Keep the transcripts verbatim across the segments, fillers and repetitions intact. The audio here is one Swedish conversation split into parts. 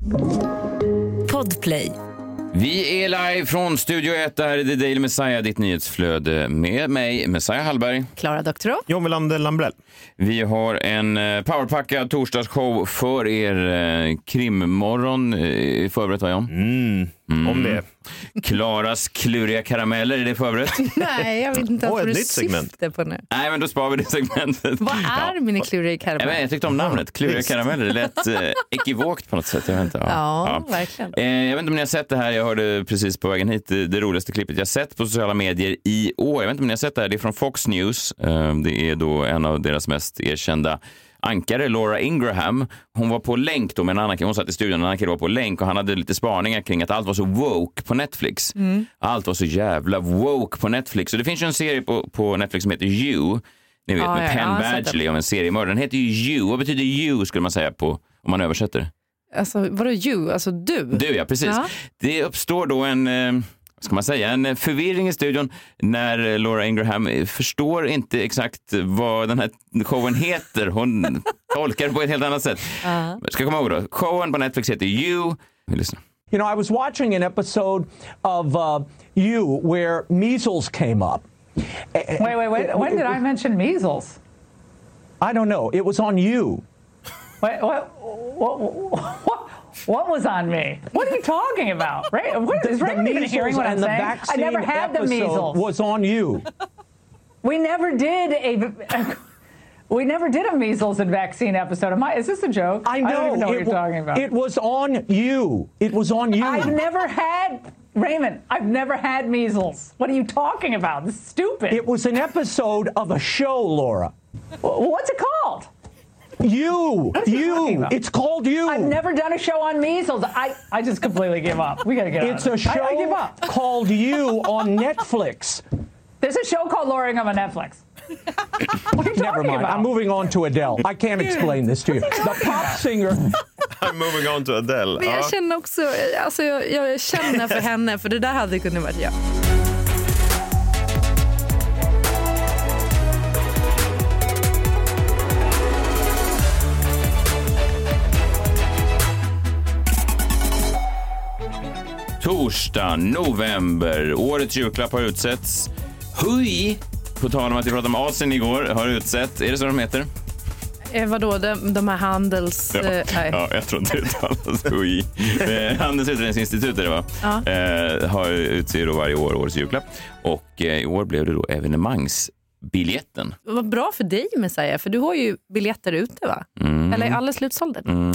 Podplay. Vi är live från Studio ett, där är The Daily Messiah, ditt nyhetsflöde med mig, Messiah Hallberg. Klara Doktorow. John Welander Lambrell. Vi har en powerpackad torsdagsshow för er. eh, krimmorgon eh, förberett, va, John? Mm, mm. Om det. Klaras kluriga karameller, är det förberett? Nej, jag vet inte oh, vad du segment. syftar på nu. Nej, men då sparar vi det segmentet. Vad är ja. mina kluriga karameller? Jag, vet, jag tyckte om namnet, kluriga karameller. Det lät eh, ekivokt på något sätt. Jag vet inte. Ja, ja, ja. verkligen. Eh, jag vet inte om ni har sett det här. Jag hörde precis på vägen hit det, det roligaste klippet jag sett på sociala medier i år. Jag vet inte om ni har sett det här. Det är från Fox News. Eh, det är då en av deras mest erkända ankare, Laura Ingraham. Hon var på länk då med en annan kille. Hon satt i studion, en annan kille var på länk och han hade lite spaningar kring att allt var så woke på Netflix. Mm. Allt var så jävla woke på Netflix. Och det finns ju en serie på, på Netflix som heter You. Ni vet, ah, med ja, Penn ja, Badgley om en seriemördare. Den heter ju You. Vad betyder You, skulle man säga på, om man översätter? Alltså, vadå you? Alltså du? Du, ja, precis. Ja. Det uppstår då en... Eh, ska man säga, en förvirring i studion när Laura Ingraham förstår inte exakt vad den här showen heter. Hon tolkar på ett helt annat sätt. Uh-huh. Ska komma ihåg då. Showen på Netflix heter You. Vi lyssnar. You know, I was watching an episode of uh, You where measles came up. Wait, wait, wait. When did I mention measles? I don't know. It was on You. Wait, what? What? What? What was on me? What are you talking about? Right? What, is Raymond even hearing what I'm saying? I never had the measles. Was on You. We never did a. We never did a measles and vaccine episode. Am I? Is this a joke? I know. I don't even know what it, you're talking about. It was on You. It was on You. I've never had. Raymond, I've never had measles. What are you talking about? This is stupid. It was an episode of a show, Laura. What's it called? You, you, it's called You. I've never done a show on measles. I, I just completely give up. We gotta get It's out of a show I, I give up. called You on Netflix. There's a show called Laura Ingraham on Netflix. What are you Never talking mind. about? I'm moving on to Adele. I can't explain this to you. The pop singer. I'm moving on to Adele. Men jag känner också, alltså jag, jag känner för henne, för det där hade kunnat varit jag. Torsdag, november. Årets julklapp har utsetts. Hui, på tal om att vi pratade om Asien igår, har utsett. Är det så de heter? Eh, vadå, de, de här handels... Ja, eh, ja jag tror inte det uttalas Hui. Handelsutredningsinstitutet det var. Ja. Eh, har utser då varje år årets julklapp. Och eh, i år blev det då evenemangsbiljetten. Vad bra för dig, Messiah, för du har ju biljetter ute, va? Mm. Eller är alla slutsålda? Mm,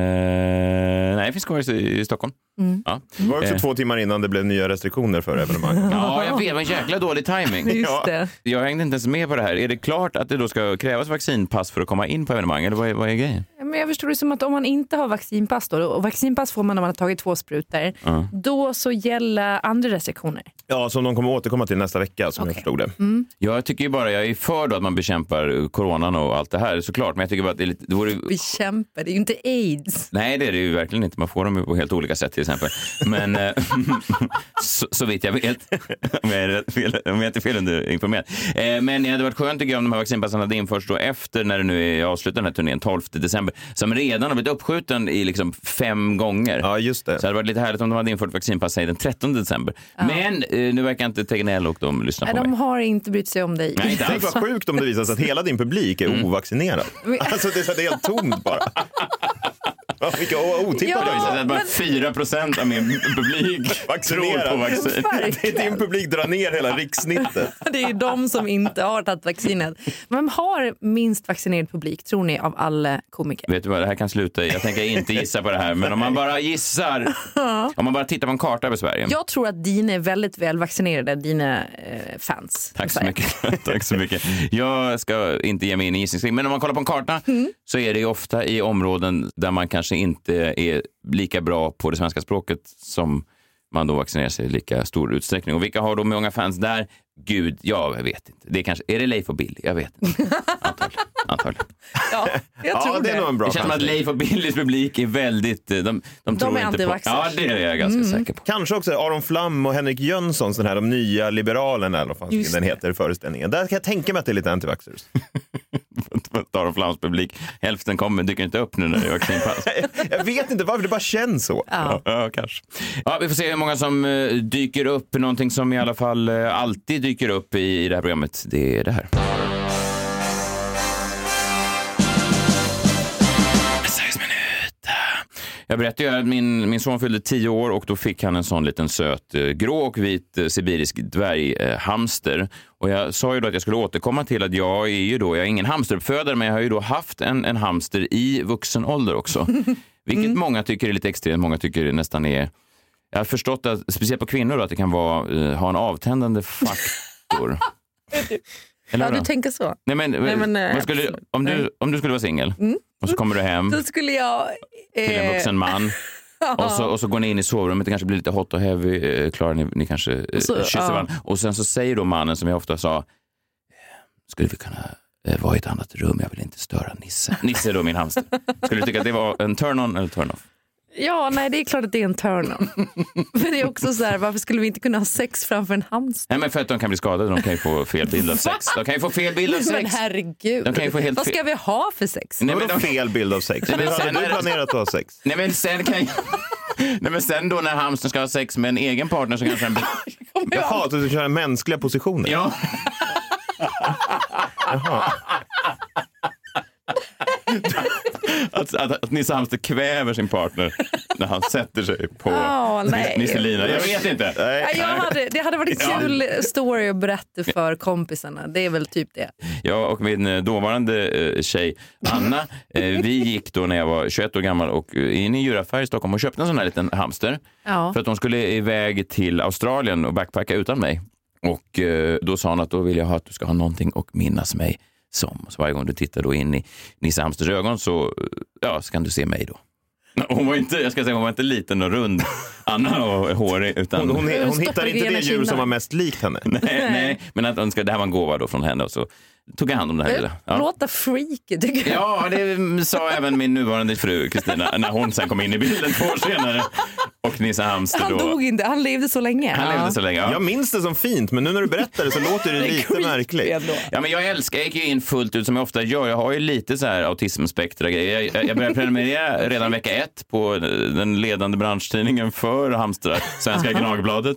eh, nej, det finns kvar i, i Stockholm. Mm. Ja. Det var också eh. två timmar innan det blev nya restriktioner för evenemang. Ja, jag vet, det var en jäkla dålig timing. Just det. Jag hängde inte ens med på det här. Är det klart att det då ska krävas vaccinpass för att komma in på evenemang? Eller vad är, vad är grejen? Men jag förstår det som att om man inte har vaccinpass då, och vaccinpass får man när man har tagit två sprutor, uh. då så gäller andra restriktioner. Ja, som de kommer återkomma till nästa vecka, som okay. jag förstod det. Mm. Jag tycker ju bara, jag är för då att man bekämpar coronan och allt det här, såklart. Men jag tycker bara att det är lite... Det vore... Bekämpar, det är ju inte AIDS. Nej, det är det ju verkligen inte. Man får dem ju på helt olika sätt till exempel. Men så, så vitt jag vet, om jag är, rätt fel, om jag är inte fel underinformerad. Eh, men det hade varit skönt tycker jag om de här vaccinpassen hade införts då efter, när det nu är avslutat den här turnén, tolfte december, som redan har blivit uppskjuten i liksom fem gånger. Ja, just det. Så det hade varit lite härligt om de hade infört vaccinpass den trettonde december. Ja. Men eh, nu verkar inte Tegnell och de lyssna på Nej, mig. De har inte brytt sig om dig. Nej, det var sjukt om det visar sig att hela din publik är mm. ovaccinerad. Alltså det är så helt tomt bara. Ja, vilka otippat ja, jag att bara men... fyra procent av min publik tror på vaccin. Det är din publik drar ner hela rikssnittet. Det är de som inte har tagit vaccinet. Vem har minst vaccinerad publik, tror ni, av alla komiker? Vet du vad, det här kan sluta i. Jag tänker inte gissa på det här, men om man bara gissar, om man bara tittar på en karta över Sverige. Jag tror att dina är väldigt väl vaccinerade, dina eh, fans. Tack så mycket. Tack så mycket. Jag ska inte ge mig in i gissningskrig, men om man kollar på en karta mm. så är det ju ofta i områden där man kanske inte är lika bra på det svenska språket som man då vaccinerar sig i lika stor utsträckning. Och vilka har då många fans där? Gud, jag vet inte. Det är kanske, är det Leif och Bill? Jag vet inte. Antagligen. Antagligen. Ja, jag tror ja, det. Är nog en bra det känns som att Leif och Billys publik är väldigt... De, de, de tror är inte på... Ja, det är jag ganska mm. säker på. Kanske också Aron Flam och Henrik Jönsson, den här, de nya liberalerna, eller vad fan den heter i föreställningen. Där kan jag tänka mig att det är lite antivaxxers. Star of Flams-publik. Hälften kommer, dyker inte upp nu när det är vaccinpass. Jag vet inte varför, det bara känns så. Ja, ja, kanske. Ja, vi får se hur många som uh, dyker upp. Någonting som i alla fall uh, alltid dyker upp i, i det här programmet. Det är det här. Jag berättade ju att min, min son fyllde tio år och då fick han en sån liten söt eh, grå och vit eh, sibirisk dvärghamster. Eh, och jag sa ju då att jag skulle återkomma till att jag är ju då, jag är ingen hamsteruppfödare, men jag har ju då haft en, en hamster i vuxen ålder också. Vilket mm. många tycker är lite extremt, många tycker det nästan är... Jag har förstått att, speciellt på kvinnor då, att det kan vara, eh, ha en avtändande faktor. Eller ja, du tänker så. Nej, men, Nej, men nej, vad skulle, om, du, om du skulle vara singel mm. och så kommer du hem då skulle jag, eh... till en vuxen man och, så, och så går ni in i sovrummet, det kanske blir lite hot och heavy, eh, Klara, ni, ni kanske eh, så, kysser ja. varandra. Och sen så säger då mannen, som jag ofta sa, skulle vi kunna eh, vara i ett annat rum, jag vill inte störa Nisse. Nisse är då min hamster. Skulle du tycka att det var en turn-on eller turn-off? Ja, nej, det är klart att det är en turn-on. Men det är också så här, varför skulle vi inte kunna ha sex framför en hamster? Nej, men för att de kan bli skadade, de kan ju få fel bild av sex. De kan ju få fel bild av sex. Men herregud, de kan ju få helt vad ska vi ha för sex? Nej, men de... fel bild av sex. Nej, men sen har du planerat att ha sex? Nej, men sen kan jag... Nej, men sen då när hamstern ska ha sex med en egen partner så kanske den blir... Jaha, du ska köra mänskliga positioner? Ja. Jaha. Att, att, att Nisse hamster kväver sin partner när han sätter sig på oh, Nisse Lina. Jag vet inte. Nej. Jag hade, det hade varit kul story att berätta för kompisarna. Det är väl typ det. Jag och min dåvarande tjej Anna, vi gick då när jag var tjugoett år gammal och in i djuraffär i Stockholm och köpte en sån här liten hamster. Ja. För att de skulle iväg till Australien och backpacka utan mig. Och då sa hon att då vill jag ha att du ska ha någonting och minnas mig som. Så varje gång du tittar då in i Nisse hamsters ögon så, ja, så kan du se mig då. Hon var inte, jag ska säga, hon var inte liten och rund, Anna, och hårig, utan... Hon, hon, hon, hon hittar inte det djur som var mest likt henne. Nej, nej, men att hon ska, det här var en gåva då från henne och så tog jag hand om det här lilla. Ja. Låta freaky, tycker jag. Ja, det sa även min nuvarande fru Kristina när hon sen kom in i bilden två år senare. Och Nisse hamster då... Han dog inte, han levde så länge. Han ja. levde så länge, ja. Jag minns det som fint, men nu när du berättar det så låter det, det lite märkligt. Ja, men jag älskar, jag gick ju in fullt ut som jag ofta gör. Jag har ju lite så här autismspektra grejer. Jag, jag började prenumerera redan vecka ett på den ledande branschtidningen för hamstrar, Svenska Gnagbladet.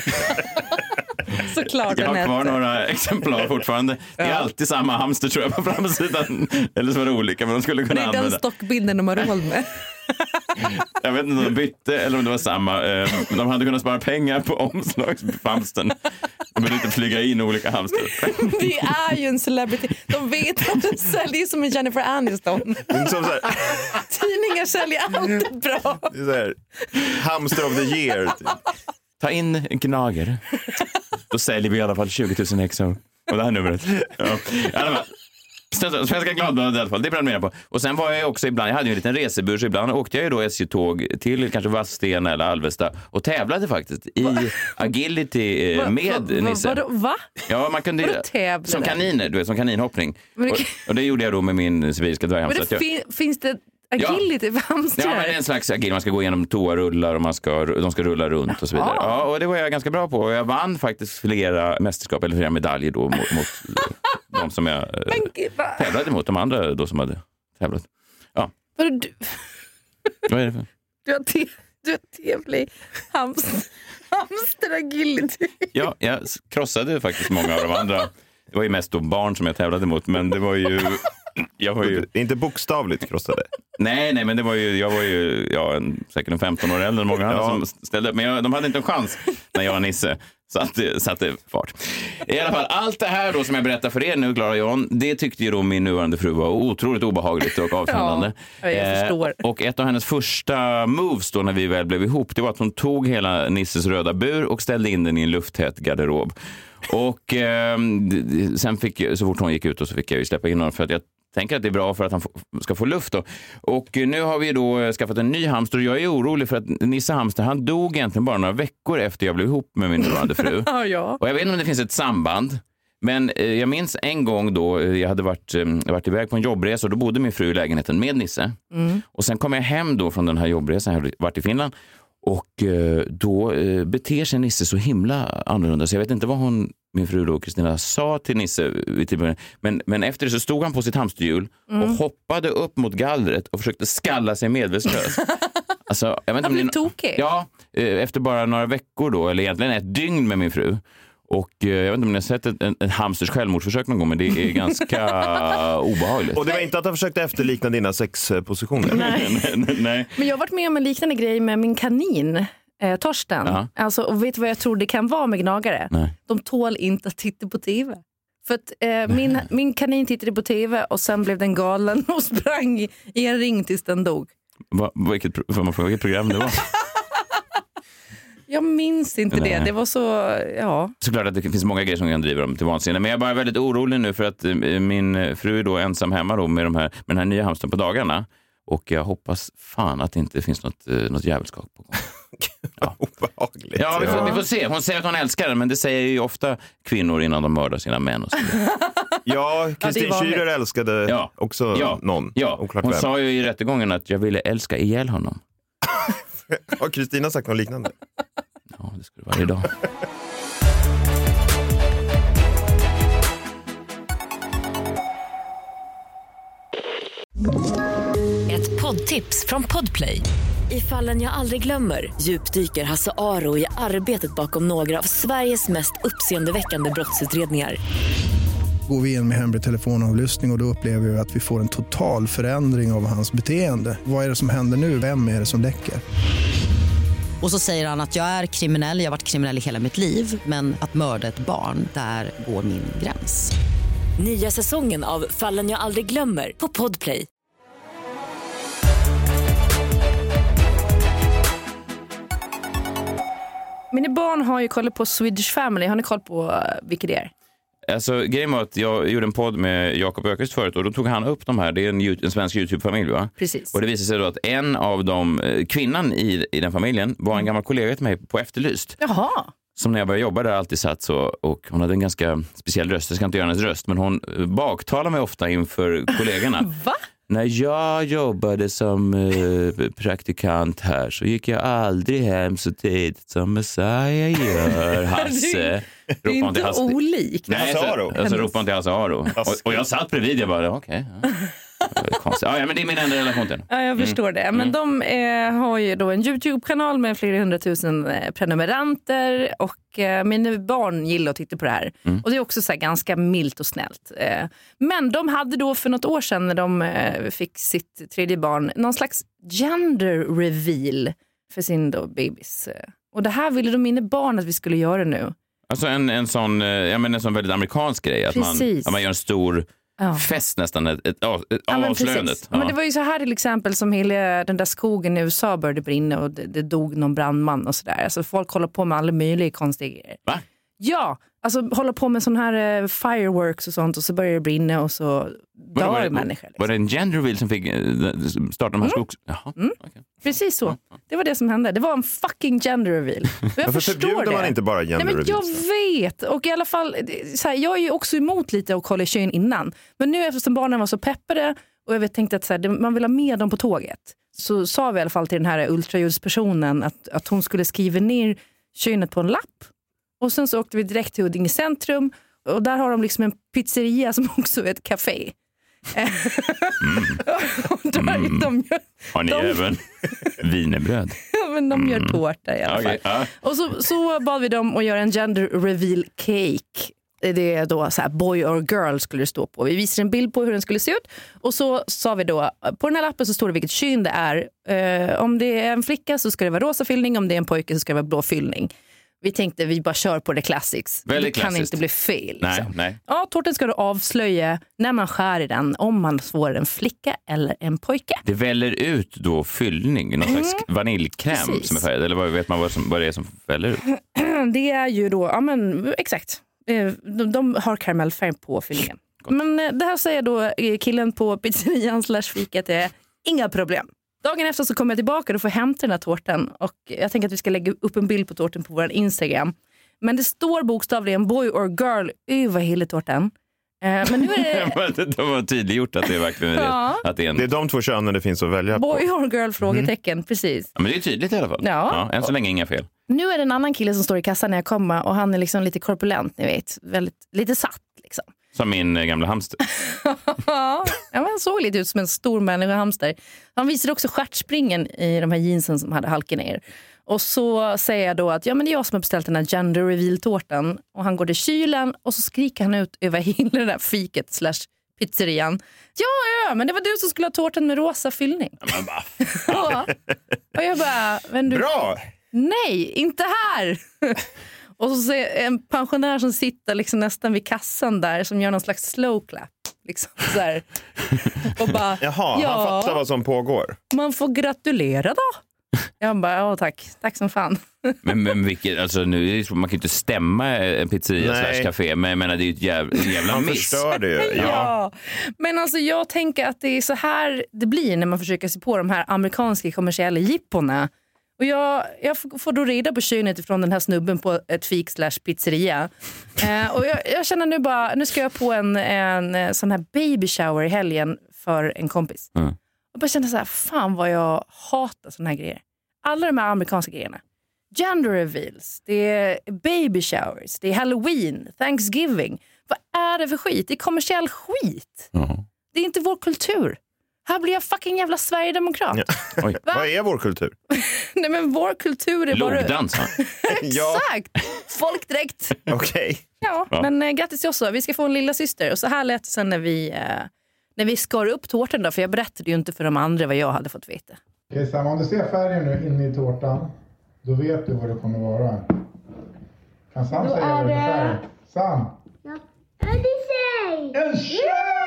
Såklart. Jag har kvar några exemplar fortfarande. Det är ja. alltid samma hamster, tror jag, på framsidan. Eller så var det olika, men de skulle kunna använda. Det är den stockbilden de har råd med. Jag vet inte om de bytte eller om det var samma. De hade kunnat spara pengar på omslagshamsten. De behövde inte flyga in olika hamster. Det är ju en celebrity. De vet att de säljer som en Jennifer Aniston. Som så här. Tidningar säljer alltid bra. Det är så här, hamster of the year. Typ. Ta in en gnager. Då säljer vi i alla fall tjugo tusen exor. Och det här numret. Ja. I alla fall. Svenska Gladbladet i alla fall, det brann med på. Och sen var jag också ibland, jag hade ju en liten resebur, så ibland åkte jag ju då S J-tåg till kanske Vadstena eller Alvesta och tävlade faktiskt i va? agility va? med va? Nisse. Va? Va? Ja, man kunde som kaniner, du vet, som kaninhoppning. Det... Och, och det gjorde jag då med min sibiriska dvärghamster. Men det jag... fin- finns det agility ja. för hamstrar? Ja, men det är en slags agility. Man ska gå igenom toarullar och man ska, de ska rulla runt och så vidare. Ja, och det var jag ganska bra på. Och jag vann faktiskt flera mästerskap eller flera medaljer då mot, mot de som jag eh, tävlade mot. De andra då som hade tävlat. Ja. Vad är du? Vad är det för? Du har, te- du har tävling hamster, hamster agility. Ja, jag krossade faktiskt många av de andra. Det var ju mest då barn som jag tävlade mot, men det var ju... Jag var ju... Inte bokstavligt krossade. Nej, nej, men det var ju, jag var ju ja, en, säkert en femton år äldre än många andra ja. som ställde upp. Men jag, de hade inte en chans när jag var Nisse. Så att det satte fart. I alla fall, allt det här då som jag berättar för er nu, Klara och John, det tyckte ju då min nuvarande fru var otroligt obehagligt och avtändande. Ja, jag förstår. Eh, och ett av hennes första moves då när vi väl blev ihop, det var att hon tog hela Nisses röda bur och ställde in den i en lufttät garderob. Och eh, sen fick, så fort hon gick ut och så fick jag ju släppa in honom för att jag tänker att det är bra för att han ska få luft då. Och nu har vi då skaffat en ny hamster och jag är orolig för att Nisse hamster, han dog egentligen bara några veckor efter jag blev ihop med min nuvarande fru. Ja. Och jag vet inte om det finns ett samband. Men eh, jag minns en gång då, jag hade varit, eh, varit iväg på en jobbresa och då bodde min fru i lägenheten med Nisse. Mm. Och sen kom jag hem då från den här jobbresan, jag hade varit i Finland. Och eh, då eh, beter sig Nisse så himla annorlunda så jag vet inte vad hon min fru då, Kristina, sa till Nisse, men, men efter det så stod han på sitt hamsterhjul mm. och hoppade upp mot gallret och försökte skalla sig medvetslös. Alltså, jag vet inte han blev tokig. Ja, efter bara några veckor då, eller egentligen ett dygn med min fru. Och jag vet inte om ni har sett ett, en, en hamsters självmordsförsök någon gång, men det är ganska obehagligt. Och det var inte att han försökte efterlikna dina sexpositioner? Nej. nej, nej. Men jag har varit med om en liknande grej med min kanin, eh, Torsten. Uh-huh. Alltså, och vet du vad jag tror det kan vara med gnagare? Nej. De tål inte att titta på tv. För att eh, min, min kanin tittade på tv och sen blev den galen och sprang i, i en ring tills den dog. Va, vilket, får man fråga vilket program det var? Jag minns inte Nej. det. Det var så, ja. Såklart att det finns många grejer som kan driva dem till vansinne. Men jag är bara väldigt orolig nu för att min fru är då ensam hemma då med, de här, med den här nya hamstern på dagarna. Och jag hoppas fan att det inte finns något, något jävelskap på gång. Ja. Obehagligt. Ja, vi får, vi får se. Hon säger att hon älskar den, men det säger ju ofta kvinnor innan de mördar sina män. Och så. Ja, Kristin ja, Schürer älskade ja. också ja. någon. Ja, hon vem. sa ju i rättegången att jag ville älska ihjäl honom. Har Kristina sagt något liknande? Ja, det skulle vara idag. Ett poddtips från Podplay. I Fallen jag aldrig glömmer djupdyker Hasse Aro i arbetet bakom några av Sveriges mest uppseendeväckande brottsutredningar. Går vi in med hemlig telefonavlyssning och, och då upplever vi att vi får en total förändring av hans beteende. Vad är det som händer nu? Vem är det som läcker? Och så säger han att jag är kriminell, jag har varit kriminell i hela mitt liv. Men att mörda ett barn, där går min gräns. Nya säsongen av Fallen jag aldrig glömmer på Podplay. Mina barn har ju koll på Swedish Family. Har ni koll på vilka det är? Alltså, grejen var att jag gjorde en podd med Jakob Öqvist förut och då tog han upp de här. Det är en, en svensk YouTube-familj, va? Precis. Och det visade sig då att en av dem, kvinnan i, i den familjen, var en gammal kollega till mig på Efterlyst. Jaha. Som när jag började jobba där alltid satt så, och hon hade en ganska speciell röst. Jag ska inte göra hennes röst, men hon baktalar mig ofta inför kollegorna. Va? När jag jobbade som eh, praktikant här så gick jag aldrig hem så tidigt som Messiah gör, Hasse. Det är inte olikt. Nej, så, så ropade hon till Hasse Aro. Och, och jag satt bredvid, jag bara, okej. Okay, ja. Ja, ja, men det är min enda relation till. Ja, jag förstår mm. det. Men mm. de eh, har ju då en YouTube-kanal med flera hundratusen eh, prenumeranter och eh, mina barn gillar att titta på det här. Mm. Och det är också så här ganska milt och snällt. Eh, men de hade då för något år sedan när de eh, fick sitt tredje barn någon slags gender reveal för sin då babys. Och det här ville de mina barn att vi skulle göra nu. Alltså en, en, sån, ja, men en sån väldigt amerikansk grej. Att man, att man gör en stor... Ja. Fest nästan, ett, ett, ett, ett ja, avslöjandet. Ja. Men det var ju så här till exempel som hela den där skogen i U S A började brinna och det, det dog någon brandman och sådär. Alltså folk håller på med alla möjliga konstiga grejer. Va? Ja, alltså håller på med sån här uh, fireworks och sånt och så börjar det brinna och så dör var det, människor. Liksom. Var det en gender reveal som fick starta de här mm. skogs... Jaha, mm. okay. Precis så. Det var det som hände. Det var en fucking gender reveal. Jag förstår förbjuder det. Man inte bara gender Nej, men reveals? Jag vet. Och i alla fall, så här, jag är ju också emot lite att kolla kön innan. Men nu eftersom barnen var så peppade och jag tänkte att så här, man vill ha med dem på tåget. Så sa vi i alla fall till den här ultraljudspersonen att, att hon skulle skriva ner könet på en lapp. Och sen så åkte vi direkt till Huddinge centrum. Och där har de liksom en pizzeria som också är ett café. Mm. Mm. De gör, har ni de, även wienerbröd? Ja, men de gör tårta i alla fall. Okay, uh. Och så, så bad vi dem att göra en gender reveal cake. Det är då så här boy or girl skulle det stå på. Vi visade en bild på hur den skulle se ut. Och så sa vi då, på den här lappen så står det vilket kön det är. Uh, om det är en flicka så ska det vara rosa fyllning. Om det är en pojke så ska det vara blå fyllning. Vi tänkte vi bara kör på det classics. Väldigt det kan klassiskt. Inte bli fel. Nej, liksom. nej. Ja, tårtan ska du avslöja när man skär i den. Om man får en flicka eller en pojke. Det väller ut då fyllning. Någon mm. slags vaniljkräm Precis. Som är färgad. Eller vad vet man vad, som, vad det är som väller ut? Det är ju då, ja men exakt. De, de har karamellfärg på fyllningen. Gott. Men det här säger då killen på pizzerian slash fikat är inga problem. Dagen efter så kommer jag tillbaka och får hämta den här tårtan. Och jag tänker att vi ska lägga upp en bild på tårtan på vår Instagram. Men det står bokstavligen boy or girl över hela tårtan. Men nu är det... De har tydliggjort att det är verkligen ja. det. Att det, är en... det är de två könen det finns att välja Boy på. Boy or girl, frågetecken, mm. precis. Ja, men det är tydligt i alla fall. Ja. Ja, än så länge inga fel. Nu är det en annan kille som står i kassan när jag kommer och han är liksom lite korpulent, ni vet. Väldigt, lite satt liksom. Som min eh, gamla hamster. Ja, han såg lite ut som en stor människohamster. Han visade också stjärtspringen i de här jeansen som hade halkat ner. Och så säger jag då att ja, men det är jag som har beställt den här gender reveal-tårtan. Och han går till kylen och så skriker han ut över hela det där fiket slash pizzerian. Ja, ja, men det var du som skulle ha tårtan med rosa fyllning. Men bara, ja. Och jag bara, men du... Bra! Nej, inte här! Och så ser jag en pensionär som sitter liksom nästan vid kassan där som gör någon slags slow clap. Liksom så här. Och bara, jaha, ja, han fattar vad som pågår. Man får gratulera då. Jag bara, ja tack, tack som fan. Men, men vilket, alltså nu, man kan ju inte stämma en pizzeria slash café, men jag menar det är ju ett jävla, en jävla man miss. Förstör det ju. Ja. Ja, men alltså jag tänker att det är så här det blir när man försöker se på de här amerikanska kommersiella jipporna. Och jag, jag får då reda på könet ifrån den här snubben på ett fik slash pizzeria. Eh, och jag, jag känner nu bara, nu ska jag på en, en sån här baby shower i helgen för en kompis. Mm. Och bara känner så här, fan vad jag hatar såna här grejer. Alla de här amerikanska grejerna. Gender reveals, det är baby showers, det är Halloween, Thanksgiving. Vad är det för skit? Det är kommersiell skit. Mm. Det är inte vår kultur. Här blir jag fucking jävla Sverigedemokrat. Ja. Oj. Va? Vad är vår kultur? Nej men vår kultur är bara... Logdans. Exakt. Folkdräkt. Okej. Okay. Ja, ja, men äh, grattis till oss så. Vi ska få en lilla syster. Och så här lät det sen när vi, äh, när vi skar upp tårtan då. För jag berättade ju inte för de andra vad jag hade fått veta. Okej Sam, om du ser färgen nu inne i tårtan, då vet du vad det kommer vara. Kan Sam då säga vad det är färg? Sam? Ja. En tjej! En tjej!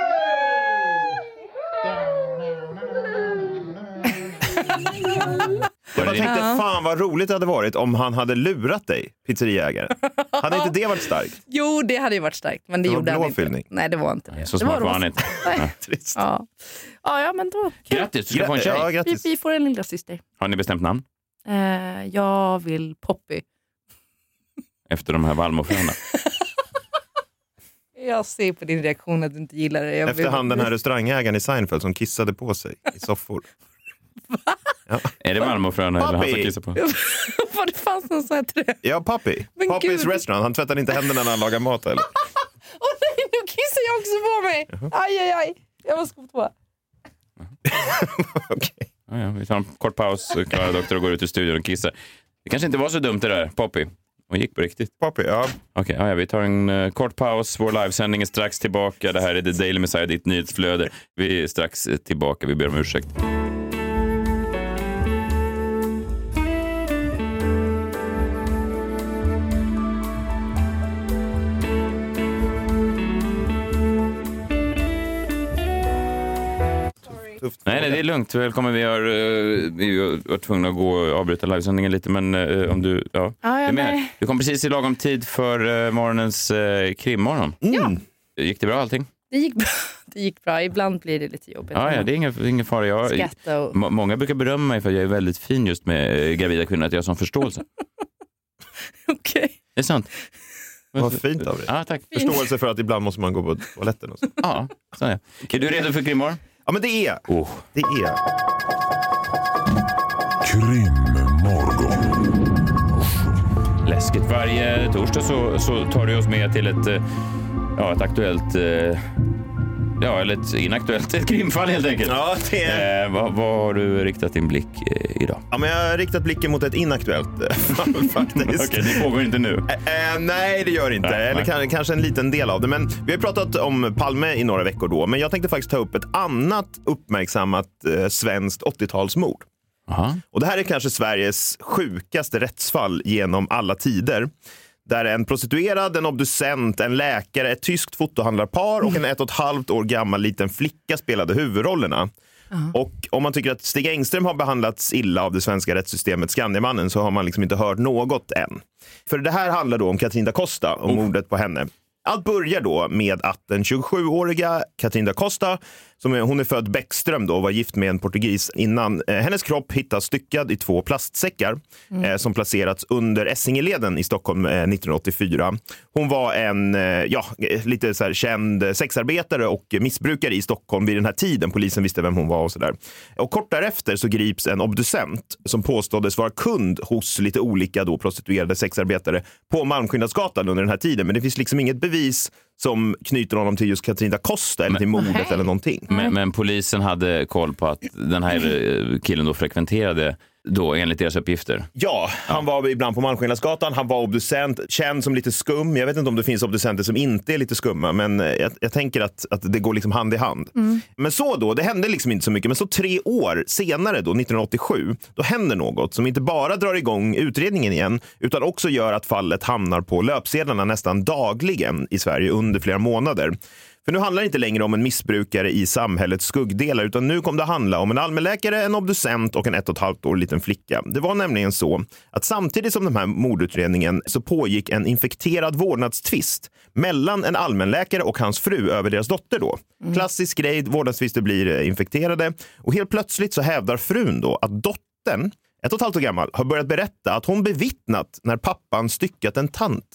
Jag bara tänkte, fan vad roligt det hade varit om han hade lurat dig, pizzeriägaren. Hade inte det varit starkt? Jo, det hade ju varit starkt, men det, det gjorde han inte. Fyllning. Nej, det var inte det. Nej, så det smart var han inte. Nej. Trist. Ja. Ja, ja, men då... Grattis, du ska få en tjej. Ja, vi, vi får en lilla syster. Har ni bestämt namn? Uh, jag vill Poppy. Efter de här Valmofröna. Jag ser på din reaktion att du inte gillar det. Jag Efter vill... han den här restaurangägaren i Seinfeld som kissade på sig i soffor. Va? Ja. Är det Valmofröna eller han som kissar på? Vad det fanns någon sån här trä? Ja, Puppy. Men Puppys Gud. Restaurant. Han tvättade inte händerna när han lagar mat eller? Åh oh, nej, nu kissar jag också på mig. Uh-huh. Aj, aj, aj. Jag måste gå på toa. Okej. Okay. Ja, ja, vi tar en kort paus. Klara doktor och går ut i studion och kissar. Det kanske inte var så dumt det där, Poppy. Hon gick på riktigt. Poppy, ja. Okej, okay, ja, vi tar en uh, kort paus. Vår livesändning är strax tillbaka. Det här är The Daily Messiah, ditt nyhetsflöde. Vi är strax uh, tillbaka. Vi ber om ursäkt. Nej, nej, det är lugnt. Välkommen. Vi har, uh, vi har tvungna att gå och avbryta livesändningen lite, men uh, om du... Ja, ah, ja, du, med. Du kom precis i lagom tid för uh, morgonens uh, krimmorgon. Mm. Gick det bra allting? Det gick bra. Det gick bra. Ibland blir det lite jobbigt. Ja, ja, det är ingen, ingen fara. Jag, och... må, många brukar berömma mig för att jag är väldigt fin just med uh, gravida kvinnor, att jag har sån förståelse. Okej. Okay. Det är sant. Vad fint av dig. Ja, tack. Förståelse för att ibland måste man gå på toaletten. Och så. Ja, så är det. Är du redo för krimmorgon? Ja, men det är. Oh. Det är. Krimmorgon. Läskigt. Varje torsdag så, så tar du oss med till ett, ja, ett aktuellt, ja, eller ett inaktuellt ett krimfall helt enkelt. Ja, det är... Eh, vad, vad har du riktat din blick eh, idag? Ja, men jag har riktat blicken mot ett inaktuellt fall faktiskt. Okej, okay, det pågår inte nu. Eh, nej, det gör det inte. Nej, Eller nej. kanske en liten del av det. Men vi har pratat om Palme i några veckor då. Men jag tänkte faktiskt ta upp ett annat uppmärksammat eh, svenskt åttiotalsmord. Aha. Och det här är kanske Sveriges sjukaste rättsfall genom alla tider. Där en prostituerad, en obducent, en läkare, ett tyskt fotohandlarpar och en ett och ett halvt år gammal liten flicka spelade huvudrollerna. Uh-huh. Och om man tycker att Stig Engström har behandlats illa av det svenska rättssystemet, Skandiamannen, så har man liksom inte hört något än. För det här handlar då om Katrin da Costa och oh. mordet på henne. Allt börjar då med att den tjugosjuåriga Catrin da Costa, som är, hon är född Bäckström då och var gift med en portugis innan, eh, hennes kropp hittas styckad i två plastsäckar mm. eh, som placerats under Essingeleden i Stockholm eh, nittonhundraåttiofyra. Hon var en eh, ja, lite så här känd sexarbetare och missbrukare i Stockholm vid den här tiden. Polisen visste vem hon var och sådär. Och kort därefter så grips en obducent som påståddes vara kund hos lite olika då prostituerade sexarbetare på Malmskillnadsgatan under den här tiden. Men det finns liksom inget bevis som knyter honom till just Catrin da Costa eller till mordet okay. eller någonting. Men, men polisen hade koll på att den här killen då frekventerade då enligt deras uppgifter? Ja, han ja. var ibland på Malmskillnadsgatan, han var obducent, känd som lite skum. Jag vet inte om det finns obducenter som inte är lite skumma, men jag, jag tänker att, att det går liksom hand i hand. Mm. Men så då, det hände liksom inte så mycket, men så tre år senare då, nittonhundraåttiosju, då händer något som inte bara drar igång utredningen igen, utan också gör att fallet hamnar på löpsedlarna nästan dagligen i Sverige under flera månader. För nu handlar det inte längre om en missbrukare i samhällets skuggdelar, utan nu kom det handla om en allmänläkare, en obducent och en ett och ett halvt år liten flicka. Det var nämligen så att samtidigt som den här mordutredningen så pågick en infekterad vårdnadstvist mellan en allmänläkare och hans fru över deras dotter då. Mm. Klassisk grej, vårdnadstvister blir infekterade och helt plötsligt så hävdar frun då att dottern, ett och ett halvt år gammal, har börjat berätta att hon bevittnat när pappan styckat en tant.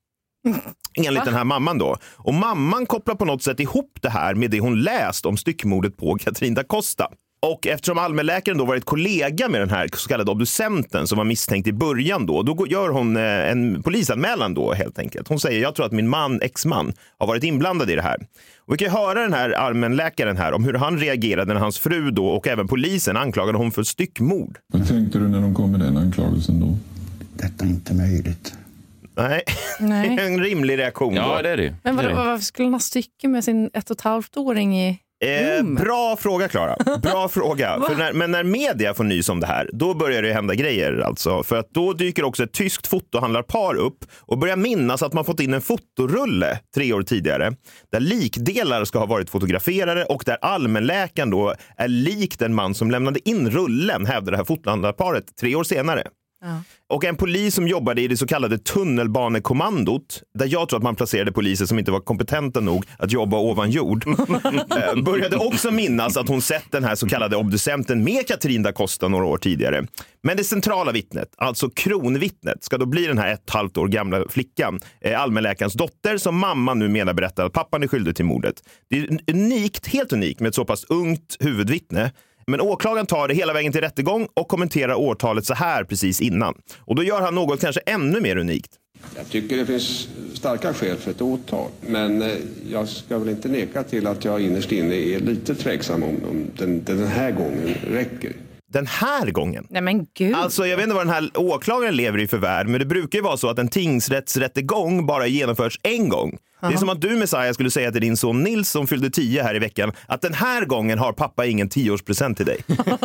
Enligt den här mamman då. Och mamman kopplar på något sätt ihop det här med det hon läst om styckmordet på Catrin da Costa. Och eftersom allmänläkaren då varit kollega med den här så kallade obducenten som var misstänkt i början då, då gör hon en polisanmälan då helt enkelt. Hon säger, jag tror att min man, ex-man, har varit inblandad i det här. Och vi kan höra den här allmänläkaren här om hur han reagerade när hans fru då och även polisen anklagade hon för styckmord. Vad tänkte du när de kom med den anklagelsen då? Detta är inte möjligt. Nej, Nej. En rimlig reaktion. Ja, det är det. Men vad, varför skulle han ha stycke med sin ett och ett halvt åring i eh, Bra fråga, Klara. Bra fråga. För när, men när media får nys om det här, då börjar det hända grejer alltså. För att då dyker också ett tyskt fotohandlarpar upp och börjar minnas att man fått in en fotorulle tre år tidigare. Där likdelar ska ha varit fotograferade och där allmänläkaren då är lik den man som lämnade in rullen, hävdar det här fotohandlarparet tre år senare. Ja. Och en polis som jobbade i det så kallade tunnelbanekommandot, där jag tror att man placerade poliser som inte var kompetenta nog att jobba ovan jord, började också minnas att hon sett den här så kallade obducenten med Catrin da Costa några år tidigare. Men det centrala vittnet, alltså kronvittnet, ska då bli den här ett och ett halvt år gamla flickan, allmänläkarens dotter, som mamma nu menar berättar att pappan är skyldig till mordet. Det är unikt, helt unikt med ett så pass ungt huvudvittne. Men åklagaren tar det hela vägen till rättegång och kommenterar årtalet så här precis innan. Och då gör han något kanske ännu mer unikt. Jag tycker det finns starka skäl för ett åtal. Men jag ska väl inte neka till att jag innerst inne är lite tveksam om, om den, den här gången räcker. Den här gången? Nej men gud. Alltså jag vet inte vad den här åklagaren lever i för värld, men det brukar ju vara så att en tingsrättsrättegång bara genomförs en gång. Aha. Det är som att du, Messiah, skulle säga till din son Nils som fyllde tio här i veckan att den här gången har pappa ingen tioårspresent till dig.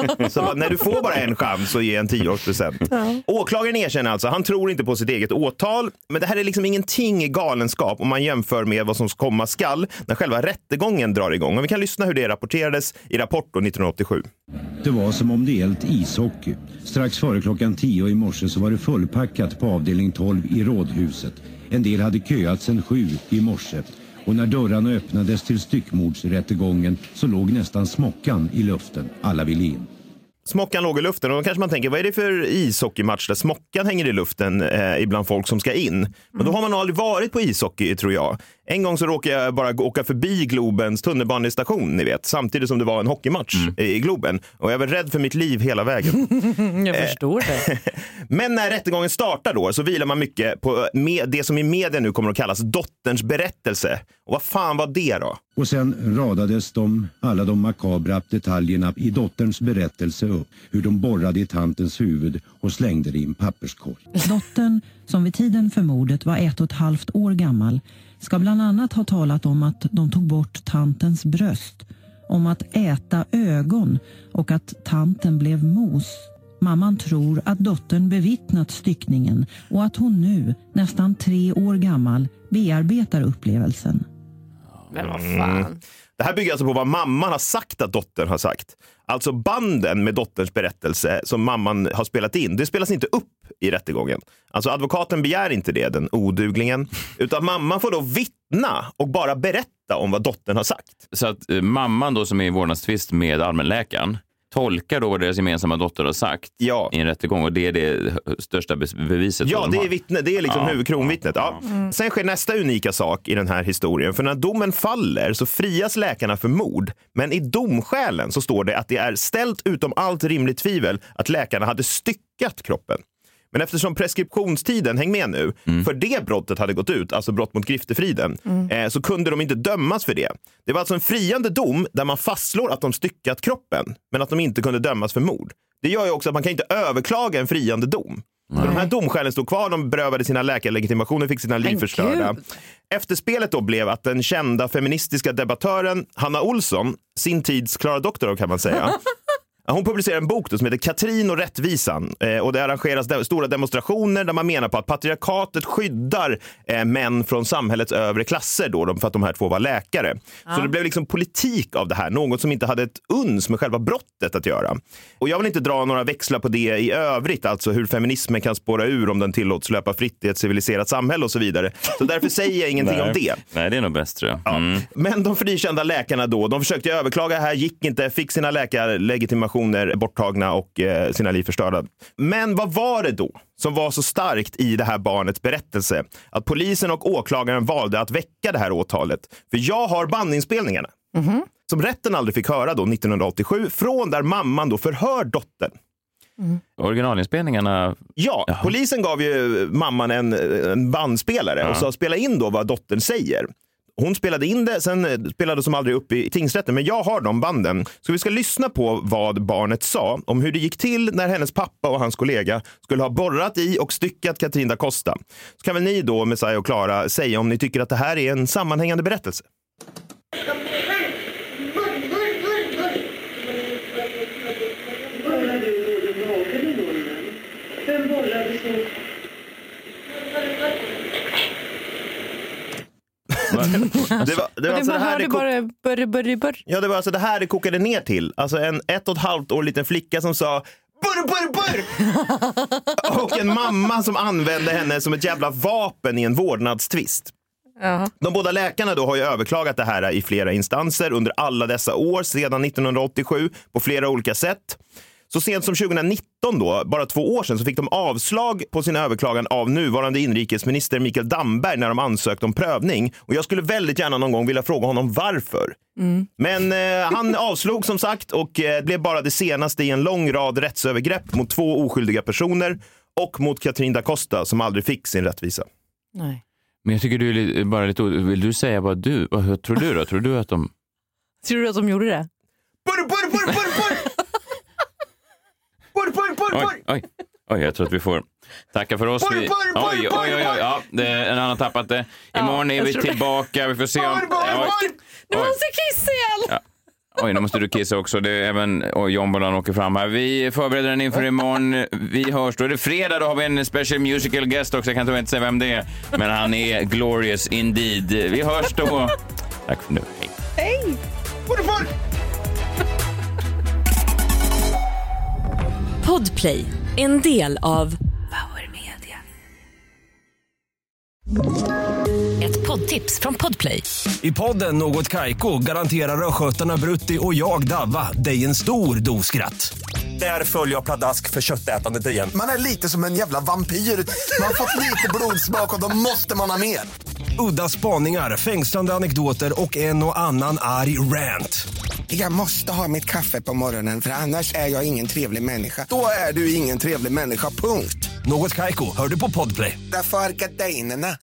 Så när du får bara en chans så ge en tioårspresent. Ja. Åklagaren erkänner alltså, han tror inte på sitt eget åtal, men det här är liksom ingenting galenskap om man jämför med vad som komma skall när själva rättegången drar igång. Och vi kan lyssna hur det rapporterades i Rapport nittonhundraåttiosju. Det var som om det gällt ishockey. Strax före klockan tio i morse så var det fullpackat på avdelning tolv i Rådhuset. En del hade köat sedan sju i morse. Och när dörrarna öppnades till styckmordsrättegången så låg nästan smockan i luften. Alla ville in. Smockan låg i luften och då kanske man tänker, vad är det för ishockeymatch där smockan hänger i luften eh, ibland folk som ska in? Men då har man aldrig varit på ishockey, tror jag. En gång så råkade jag bara åka förbi Globens tunnelbanestation, ni vet, samtidigt som det var en hockeymatch mm. i Globen. Och jag var rädd för mitt liv hela vägen. Jag förstår det. Men när rättegången startar då så vilar man mycket på med det som i media nu kommer att kallas dotterns berättelse. Och vad fan var det då? Och sen radades de, alla de makabra detaljerna i dotterns berättelse upp. Hur de borrade i tantens huvud och slängde det i en papperskorg. Dottern, som vid tiden för mordet var ett och ett halvt år gammal, ska bland annat ha talat om att de tog bort tantens bröst, om att äta ögon och att tanten blev mos. Mamman tror att dottern bevittnat styckningen och att hon nu, nästan tre år gammal, bearbetar upplevelsen. Men vad fan? Mm. Det här bygger alltså på vad mamman har sagt att dottern har sagt. Alltså banden med dotterns berättelse som mamman har spelat in, det spelas inte upp i rättegången. Alltså advokaten begär inte det, den oduglingen. Utan mamman får då vittna och bara berätta om vad dottern har sagt. Så att eh, mamman då som är i vårdnadstvist med allmänläkaren tolkar då vad deras gemensamma dotter har sagt ja. i en rättegång, och det är det största beviset. Ja, de det har. är vittne, det är liksom ja. huvudkronvittnet. Ja. Mm. Sen sker nästa unika sak i den här historien. För när domen faller så frias läkarna för mord. Men i domskälen så står det att det är ställt utom allt rimligt tvivel att läkarna hade styckat kroppen. Men eftersom preskriptionstiden, häng med nu, mm. för det brottet hade gått ut, alltså brott mot griftefriden, mm. eh, så kunde de inte dömas för det. Det var alltså en friande dom där man fastslår att de styckat kroppen, men att de inte kunde dömas för mord. Det gör ju också att man kan inte överklaga en friande dom. För de här domskälen stod kvar, de berövade sina läkarlegitimationer, fick sina liv förstörda. Efterspelet då blev att den kända feministiska debattören Hanna Olsson, sin tids Klara Doktorov kan man säga, hon publicerar en bok då som heter Katrin och rättvisan, eh, och det arrangeras de- stora demonstrationer där man menar på att patriarkatet skyddar eh, män från samhällets övre klasser då, för att de här två var läkare. Ja. Så det blev liksom politik av det här, något som inte hade ett uns med själva brottet att göra. Och jag vill inte dra några växlar på det i övrigt, alltså hur feminismen kan spåra ur om den tillåts löpa fritt i ett civiliserat samhälle och så vidare. Så därför säger jag ingenting om det. Nej, det är nog bäst tror jag. Mm. Ja. Men de frikända läkarna då, de försökte överklaga här, gick inte, fick sina läkarlegitimationer borttagna och eh, sina liv förstörda. Men vad var det då som var så starkt i det här barnets berättelse att polisen och åklagaren valde att väcka det här åtalet? För jag har bandinspelningarna mm-hmm. som rätten aldrig fick höra då nittonhundraåttiosju, från där mamman då förhör dottern. Mm. Originalinspelningarna? Ja, Jaha. Polisen gav ju mamman en, en bandspelare ja. och sa spela in då vad dottern säger. Hon spelade in det, sen spelade som aldrig upp i tingsrätten, men jag har de banden. Så vi ska lyssna på vad barnet sa om hur det gick till när hennes pappa och hans kollega skulle ha borrat i och styckat Katrin da Costa. Så kan väl ni då, Messiah och Klara, säga om ni tycker att det här är en sammanhängande berättelse. Det var, det var alltså det här det bara börr, börr, börr. Ja, det var alltså det här det kokade ner till. Alltså en ett och ett halvt år liten flicka som sa burr, burr, burr! Och en mamma som använde henne som ett jävla vapen i en vårdnadstvist. Uh-huh. De båda läkarna då har ju överklagat det här i flera instanser under alla dessa år sedan nittonhundraåttiosju på flera olika sätt. Så sent som tjugonitton då, bara två år sedan, så fick de avslag på sin överklagan av nuvarande inrikesminister Mikael Damberg när de ansökte om prövning. Och jag skulle väldigt gärna någon gång vilja fråga honom varför. Mm. Men eh, han avslog som sagt och eh, blev bara det senaste i en lång rad rättsövergrepp mot två oskyldiga personer och mot Katrin da Costa som aldrig fick sin rättvisa. Nej. Men jag tycker du är bara lite... Vill du säga vad du... Vad tror du då? Tror du att de... Tror du att de gjorde det? Burr, burr, burr, burr, burr! Burr, burr, burr, burr! Oj, oj, oj, jag tror att vi får tacka för oss. Burr, Vi... burr, burr, oj, oj, oj, oj, ja, det är en annan tappat det. Imorgon Ja, är vi jag tror tillbaka. Vi får se om... Burr, burr, burr! Nu måste kissa igen! Ja. Oj, nu måste du kissa också. Det är även och John Bolan åker fram här. Vi förbereder den inför imorgon. Vi hörs. Då är det fredag. Då har vi en special musical guest också. Jag kan inte säga vem det är. Men han är glorious indeed. Vi hörs då. Tack för nu. Hej. Hej! Podplay, en del av Power Media. Ett poddtips från Podplay. I podden Något Kaiko garanterar röskötarna Brutti och jag Davva dig en stor doskratt. Där följer jag pladask för köttätandet igen. Man är lite som en jävla vampyr. Man har fått lite blodsmak och då måste man ha mer. Udda spaningar, fängslande anekdoter och en och annan arg rant. Jag måste ha mitt kaffe på morgonen för annars är jag ingen trevlig människa. Då är du ingen trevlig människa, punkt. Något Kaiko, hör du på Podplay. Därför är gardinerna.